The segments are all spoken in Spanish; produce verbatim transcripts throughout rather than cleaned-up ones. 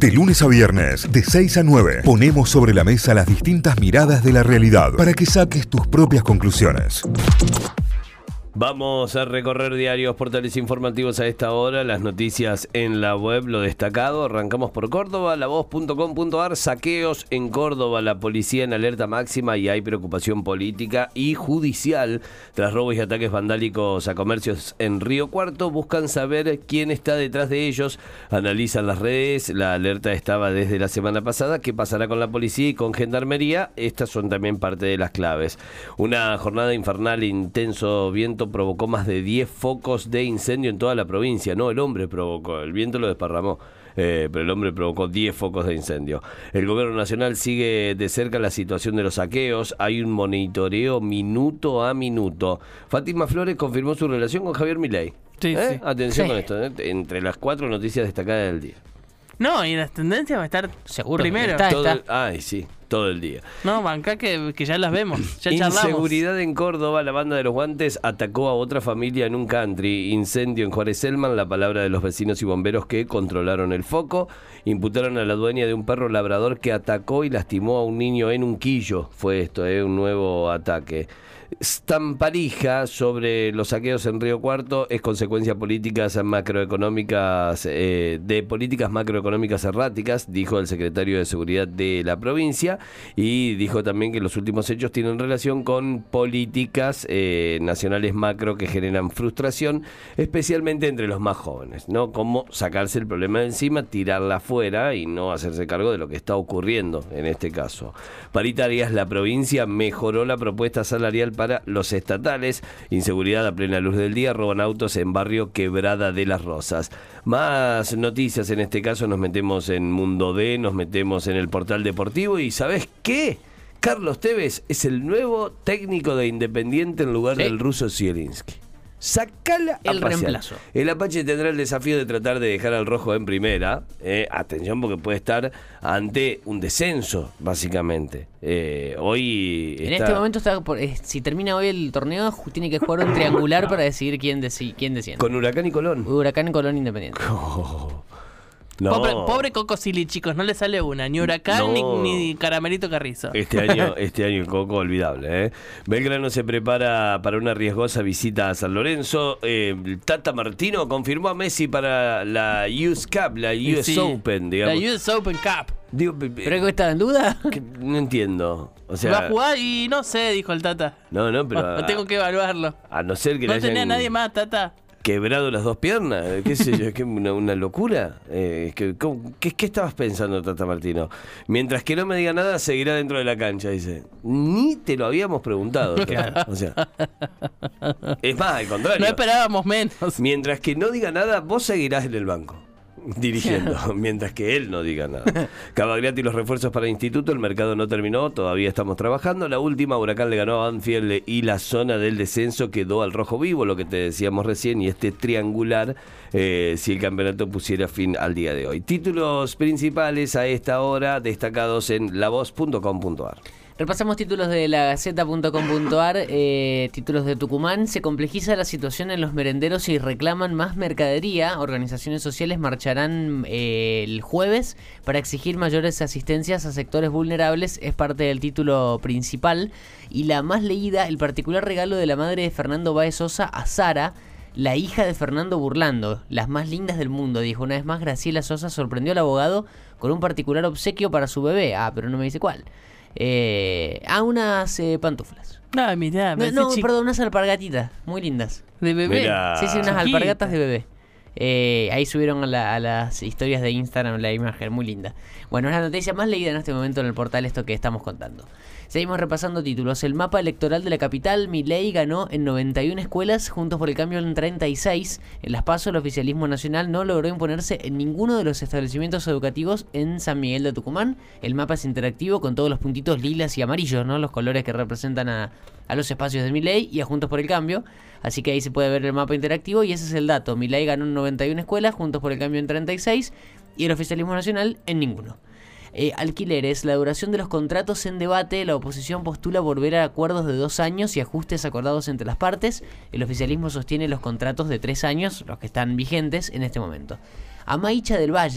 De lunes a viernes, de seis a nueve, ponemos sobre la mesa las distintas miradas de la realidad para que saques tus propias conclusiones. Vamos a recorrer diarios, portales informativos a esta hora, las noticias en la web, lo destacado. Arrancamos por Córdoba, la voz punto com punto ar, saqueos en Córdoba, la policía en alerta máxima y hay preocupación política y judicial. Tras robos y ataques vandálicos a comercios en Río Cuarto, buscan saber quién está detrás de ellos, analizan las redes, la alerta estaba desde la semana pasada. ¿Qué pasará con la policía y con Gendarmería? Estas son también parte de las claves. Una jornada infernal, intenso viento provocó más de diez focos de incendio en toda la provincia. No, el hombre provocó, el viento lo desparramó, eh, pero el hombre provocó diez focos de incendio. El gobierno nacional sigue de cerca la situación de los saqueos, hay un monitoreo minuto a minuto. Fátima Flores confirmó su relación con Javier Milei. Sí, ¿Eh? sí. Atención Sí. con esto, ¿eh? Entre las cuatro noticias destacadas del día. No, y las tendencias va a estar Seguro. primero. Está, Todo está. el- ay, sí, todo el día. No, banca que, que ya las vemos, ya charlamos. Inseguridad en Córdoba, la banda de los guantes atacó a otra familia en un country. Incendio en Juárez Selman, la palabra de los vecinos y bomberos que controlaron el foco. Imputaron a la dueña de un perro labrador que atacó y lastimó a un niño en Unquillo. Fue esto, ¿eh? Un nuevo ataque. Stamparija sobre los saqueos en Río Cuarto es consecuencia políticas macroeconómicas eh, de políticas macroeconómicas erráticas, dijo el secretario de Seguridad de la provincia, y dijo también que los últimos hechos tienen relación con políticas eh, nacionales macro que generan frustración, especialmente entre los más jóvenes, ¿no? Como sacarse el problema de encima, tirarla afuera y no hacerse cargo de lo que está ocurriendo en este caso. Paritarias, la provincia mejoró la propuesta salarial para los estatales. Inseguridad a plena luz del día, roban autos en barrio Quebrada de las Rosas. Más noticias, en este caso nos metemos en Mundo D, nos metemos en el portal deportivo y ¿sabés qué? Carlos Tevez es el nuevo técnico de Independiente en lugar ¿Sí? del ruso Zielinski. Sacala a El pasear. reemplazo. El Apache tendrá el desafío de tratar de dejar al rojo en primera. Eh, atención, porque puede estar ante un descenso, básicamente. Eh, hoy En está... este momento está por, eh, si termina hoy el torneo, ju- tiene que jugar un triangular para decidir quién, deci- quién desciende. Con Huracán y Colón. Huracán y Colón Independiente. Oh, no. Pobre, pobre Coco Silly, chicos, no le sale una, ni Huracán No. ni, ni Caramelito Carrizo. Este año, este año el Coco olvidable, ¿eh? Belgrano se prepara para una riesgosa visita a San Lorenzo. Eh, Tata Martino confirmó a Messi para la U S Cup, la U S Sí, Open, la digamos. U S Open Cup. Digo, pe- ¿Pero que está en duda? que no entiendo. O sea, Va a jugar y no sé, dijo el Tata. no, no, pero Tengo que evaluarlo. a no ser que No le tenía hayan nadie más, Tata. quebrado las dos piernas, qué sé yo, es que una, una locura. Eh, que, ¿cómo- qué, ¿Qué estabas pensando, Tata Martino? Mientras que no me diga nada, seguirá dentro de la cancha, dice. Ni te lo habíamos preguntado. Tata. O sea, es más, al contrario. No esperábamos menos. Mientras que no diga nada, vos seguirás en el banco dirigiendo, mientras que él no diga nada. Cavagliati y los refuerzos para el instituto, el mercado no terminó, todavía estamos trabajando. La última, Huracán le ganó a Banfield y la zona del descenso quedó al rojo vivo, lo que te decíamos recién, y este triangular, eh, si el campeonato pusiera fin al día de hoy. Títulos principales a esta hora, destacados en la voz punto com punto ar. Repasamos títulos de la gaceta punto com punto ar, eh, títulos de Tucumán. Se complejiza la situación en los merenderos y reclaman más mercadería. Organizaciones sociales marcharán eh, el jueves para exigir mayores asistencias a sectores vulnerables. Es parte del título principal. Y la más leída, el particular regalo de la madre de Fernando Báez Sosa a Sara, la hija de Fernando Burlando. Las más lindas del mundo, dijo. Una vez más, Graciela Sosa sorprendió al abogado con un particular obsequio para su bebé. Ah, pero no me dice cuál. Eh, a unas eh, pantuflas. Ah, mirá, No, me no, hace chico. perdón, unas alpargatitas muy lindas. De bebé. Mirá. Sí, sí, unas Chiquita. alpargatas de bebé. Eh, ahí subieron a, la- a las historias de Instagram la imagen, muy linda. Bueno, es la noticia más leída en este momento en el portal, esto que estamos contando. Seguimos repasando títulos. El mapa electoral de la capital, Milei ganó en noventa y una escuelas, Juntos por el Cambio en treinta y seis. En Las PASO, el oficialismo nacional no logró imponerse en ninguno de los establecimientos educativos en San Miguel de Tucumán. El mapa es interactivo con todos los puntitos lilas y amarillos, ¿no? Los colores que representan a, a los espacios de Milei y a Juntos por el Cambio. Así que ahí se puede ver el mapa interactivo y ese es el dato. Milei ganó en noventa y una escuelas, Juntos por el Cambio en treinta y seis y el oficialismo nacional en ninguno. Eh, alquileres, la duración de los contratos en debate. La oposición postula volver a acuerdos de dos años y ajustes acordados entre las partes. El oficialismo sostiene los contratos de tres años, los que están vigentes en este momento. Amaicha del Valle,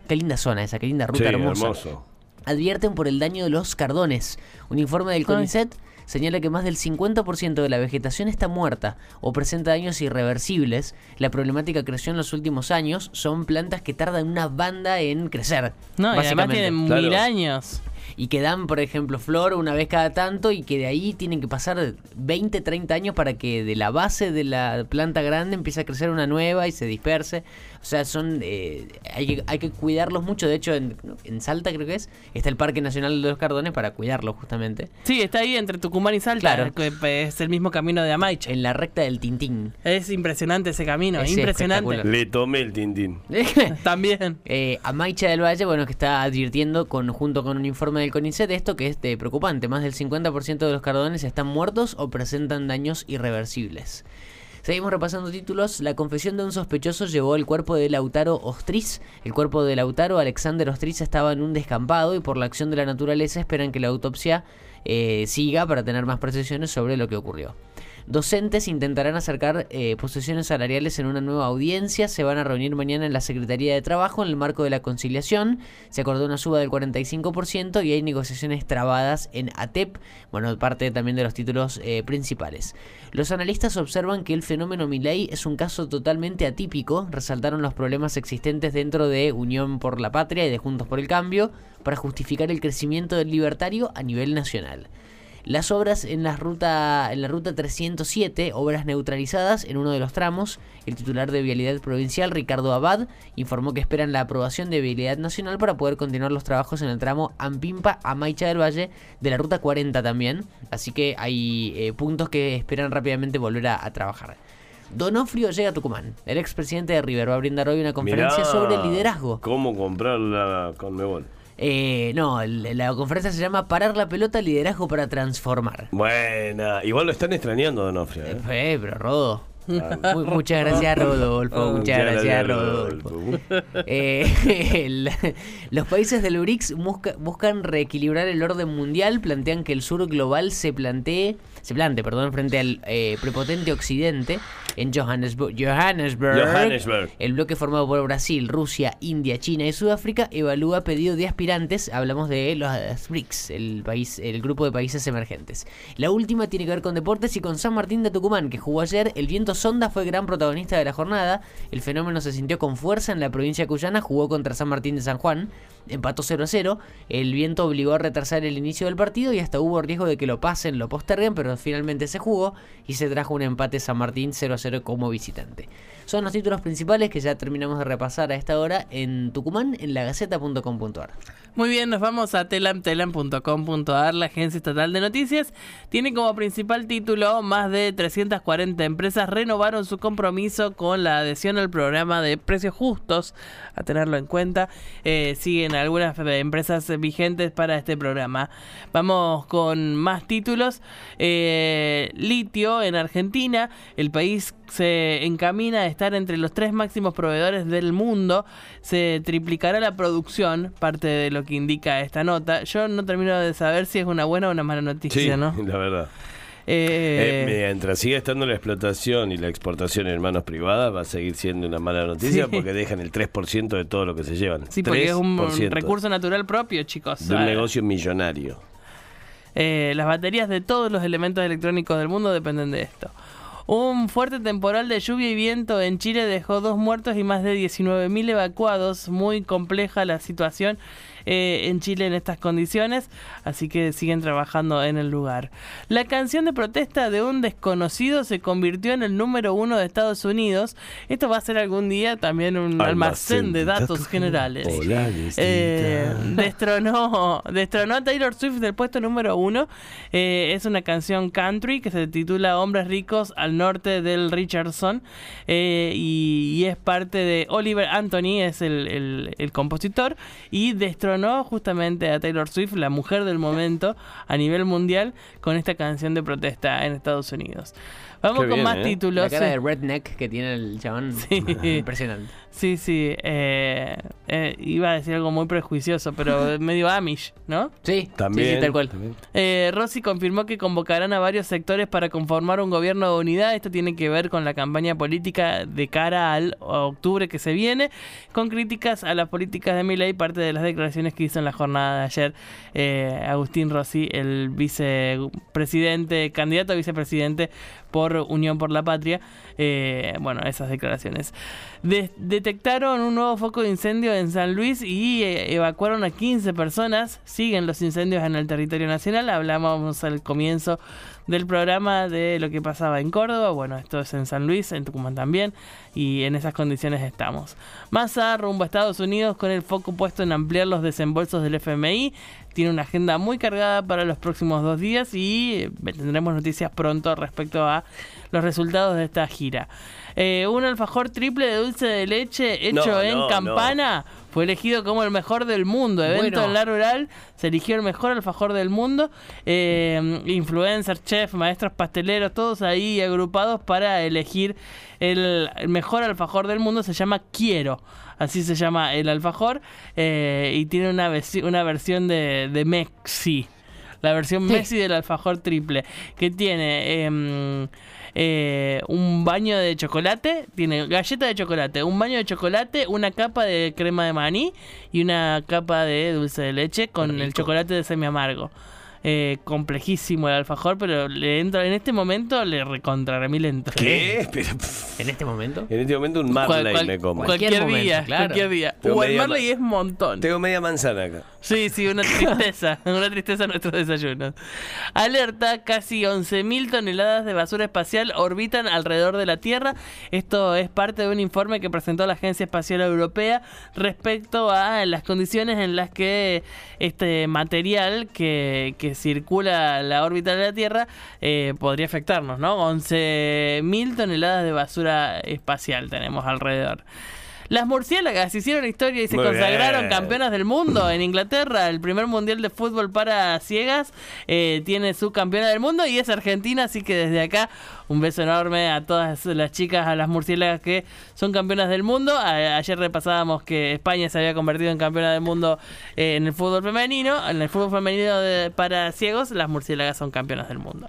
Qué linda zona esa, qué linda ruta Sí, hermosa. hermoso. Advierten por el daño de los cardones. Un informe del CONICET señala que más del cincuenta por ciento de la vegetación está muerta o presenta daños irreversibles. La problemática creció en los últimos años. Son plantas que tardan una banda en crecer. No, y además básicamente. tienen Claro. mil años. Y que dan, por ejemplo, flor una vez cada tanto y que de ahí tienen que pasar veinte, treinta años para que de la base de la planta grande empiece a crecer una nueva y se disperse. O sea, son eh, hay, que, hay que cuidarlos mucho. De hecho, en, en Salta creo que es, está el Parque Nacional de los Cardones para cuidarlos justamente. Sí, está ahí entre Tucumán y Salta. Claro. Que es el mismo camino de Amaiche. En la recta del Tintín. Es impresionante ese camino, Es impresionante. espectacular. Le tomé el tintín. También. Eh, Amaicha del Valle, bueno, que está advirtiendo con, junto con un informe del CONICET esto que es de preocupante. Más del cincuenta por ciento de los cardones están muertos o presentan daños irreversibles. Seguimos repasando títulos. La confesión de un sospechoso llevó el cuerpo de Lautaro Ostriz. El cuerpo de Lautaro Alexander Ostriz estaba en un descampado y por la acción de la naturaleza esperan que la autopsia eh, siga para tener más precisiones sobre lo que ocurrió. Docentes intentarán acercar eh, posiciones salariales en una nueva audiencia. Se van a reunir mañana en la Secretaría de Trabajo en el marco de la conciliación. Se acordó una suba del cuarenta y cinco por ciento y hay negociaciones trabadas en A T E P. Bueno, parte también de los títulos eh, principales. Los analistas observan que el fenómeno Milei es un caso totalmente atípico. Resaltaron los problemas existentes dentro de Unión por la Patria y de Juntos por el Cambio para justificar el crecimiento del libertario a nivel nacional. Las obras en la ruta en la ruta trescientos siete, obras neutralizadas en uno de los tramos. El titular de Vialidad Provincial, Ricardo Abad, informó que esperan la aprobación de Vialidad Nacional para poder continuar los trabajos en el tramo Ampimpa a Maicha del Valle de la ruta cuarenta también. Así que hay eh, puntos que esperan rápidamente volver a, a trabajar. Donofrio llega a Tucumán. El expresidente de River va a brindar hoy una conferencia Mirá, sobre liderazgo. ¿Cómo comprar la Conmebol? Eh, no, el- la conferencia se llama Parar la pelota, liderazgo para transformar. Buena. Igual lo están extrañando, Donofrio. ¿eh? Eh, pero Rodo. Ah. Mu- muchas gracias, Rodolfo. Muchas gracias, Rodolfo. Eh, el- los países del B R I C S busca- buscan reequilibrar el orden mundial. Plantean que el sur global se plantee, se plante, perdón, frente al eh, prepotente occidente en Johannesburg. Johannesburg. Johannesburg. El bloque formado por Brasil, Rusia, India, China y Sudáfrica evalúa pedido de aspirantes. Hablamos de los B R I C S, el país, el grupo de países emergentes. La última tiene que ver con deportes y con San Martín de Tucumán, que jugó ayer. El viento Sonda fue gran protagonista de la jornada. El fenómeno se sintió con fuerza en la provincia de Cuyana. Jugó contra San Martín de San Juan. Empató cero a cero. El viento obligó a retrasar el inicio del partido y hasta hubo riesgo de que lo pasen, lo posterguen, pero finalmente se jugó y se trajo un empate San Martín cero a cero como visitante. Son los títulos principales que ya terminamos de repasar a esta hora en Tucumán, en la gaceta punto com punto ar. Muy bien, nos vamos a telam telam punto com punto ar, la agencia estatal de noticias. Tiene como principal título: más de trescientas cuarenta empresas renovaron su compromiso con la adhesión al programa de precios justos, a tenerlo en cuenta. Eh, siguen algunas empresas vigentes para este programa. Vamos con más títulos. Eh, litio en Argentina, el país se encamina a estar entre los tres máximos proveedores del mundo. Se triplicará la producción, parte de lo que indica esta nota. Yo no termino de saber si es una buena o una mala noticia, Sí, ¿no? la verdad. Eh, Eh, mientras siga estando la explotación y la exportación en manos privadas, va a seguir siendo una mala noticia Sí. porque dejan el tres por ciento de todo lo que se llevan. sí, porque es un tres por ciento recurso natural propio, chicos. de un Ah, negocio millonario. eh, las baterías de todos los elementos electrónicos del mundo dependen de esto. Un fuerte temporal de lluvia y viento en Chile dejó dos muertos y más de diecinueve mil evacuados. Muy compleja la situación eh, en Chile en estas condiciones, así que siguen trabajando en el lugar. La canción de protesta de un desconocido se convirtió en el número uno de Estados Unidos. Esto va a ser algún día también un almacén, de datos generales. Hola, Eh, destronó, destronó a Taylor Swift del puesto número uno. Eh, es una canción country que se titula Hombres ricos al norte del Richardson, eh, y, y es parte de Oliver Anthony, es el, el, el compositor, y destronó justamente a Taylor Swift, la mujer del momento a nivel mundial, con esta canción de protesta en Estados Unidos. Vamos Qué con bien, más ¿eh? títulos. La cara sí. de redneck que tiene el chabón. Sí. Impresionante. Sí, sí, eh, eh, iba a decir algo muy prejuicioso, pero medio Amish, ¿no? Sí, También, sí, sí, tal cual. también. Eh, Rossi confirmó que convocarán a varios sectores para conformar un gobierno de unidad unidad. Esto tiene que ver con la campaña política de cara al octubre que se viene, con críticas a las políticas de Milei, parte de las declaraciones que hizo en la jornada de ayer eh, Agustín Rossi, el vicepresidente, candidato a vicepresidente por Unión por la Patria. Eh, bueno, esas declaraciones. De- detectaron un nuevo foco de incendio en San Luis y eh, evacuaron a quince personas. Siguen los incendios en el territorio nacional. Hablamos al comienzo del programa de lo que pasaba en Córdoba. Bueno, esto es en San Luis, en Tucumán también, y en esas condiciones estamos. Massa rumbo a Estados Unidos con el foco puesto en ampliar los desembolsos del F M I. Tiene una agenda muy cargada para los próximos dos días y eh, tendremos noticias pronto respecto a los resultados de esta gira. Eh, un alfajor triple de dulce de leche hecho No, en no, Campana fue elegido como el mejor del mundo. Evento Bueno. en La Rural, se eligió el mejor alfajor del mundo. Eh, influencers, chefs, maestros pasteleros, todos ahí agrupados para elegir el, el mejor alfajor del mundo. Se llama Quiero, así se llama el alfajor, eh, y tiene una, veci- una versión de, de Messi. La versión Sí. Messi del alfajor triple, que tiene em, eh, un baño de chocolate, tiene galleta de chocolate, un baño de chocolate, una capa de crema de maní y una capa de dulce de leche con Rico. el chocolate de semi amargo. Eh, complejísimo el alfajor, pero le entra en este momento, le recontra remilento. ¿Qué? Pero, pff, En este momento. en este momento un Cual- Marley cual- me como. Cualquier, Cualquier momento, día, claro. cualquier día. Tengo O el media Marley ma- es un montón. Tengo media manzana acá. Sí, sí, una tristeza, una tristeza nuestros desayunos. Alerta, casi once mil toneladas de basura espacial orbitan alrededor de la Tierra. Esto es parte de un informe que presentó la Agencia Espacial Europea respecto a las condiciones en las que este material que, que circula la órbita de la Tierra eh, podría afectarnos, ¿no? once mil toneladas de basura espacial tenemos alrededor. Las murciélagas hicieron historia y se Muy consagraron bien. campeonas del mundo en Inglaterra. El primer mundial de fútbol para ciegas eh, tiene su campeona del mundo y es Argentina, así que desde acá un beso enorme a todas las chicas, a las murciélagas que son campeonas del mundo. A- ayer repasábamos que España se había convertido en campeona del mundo eh, en el fútbol femenino. En el fútbol femenino de- para ciegos, las murciélagas son campeonas del mundo.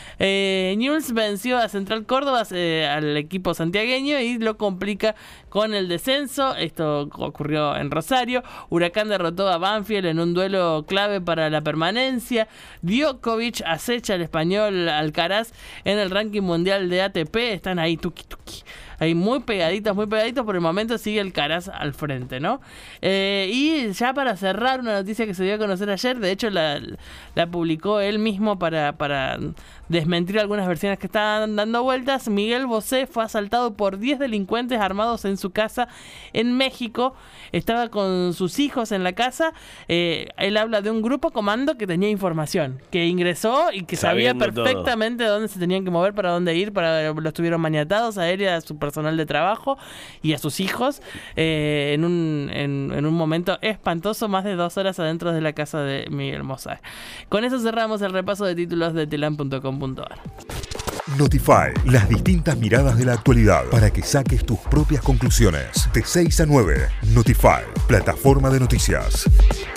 Eh, Newell's venció a Central Córdoba, eh, al equipo santiagueño, y lo complica con el descenso. Esto ocurrió en Rosario. Huracán derrotó a Banfield en un duelo clave para la permanencia. Djokovic acecha al español Alcaraz en el ranking mundial de A T P. Están ahí tuki tuki, ahí muy pegaditos, muy pegaditos. Por el momento sigue Alcaraz al frente, ¿no? Eh, y ya para cerrar, una noticia que se dio a conocer ayer, de hecho la, la publicó él mismo para, para desmentir algunas versiones que estaban dando vueltas. Miguel Bosé fue asaltado por diez delincuentes armados en su casa en México. Estaba con sus hijos en la casa. Eh, él habla de un grupo comando que tenía información, que ingresó y que sabía Sabiendo todo. perfectamente dónde se tenían que mover, para dónde ir, para los tuvieron maniatados a él y a su personal de trabajo y a sus hijos eh, en, un, en, en un momento espantoso, más de dos horas adentro de la casa de Miguel Bosé. Con eso cerramos el repaso de títulos de telam punto com punto ar. Notify, las distintas miradas de la actualidad para que saques tus propias conclusiones. De seis a nueve, Notify, plataforma de noticias.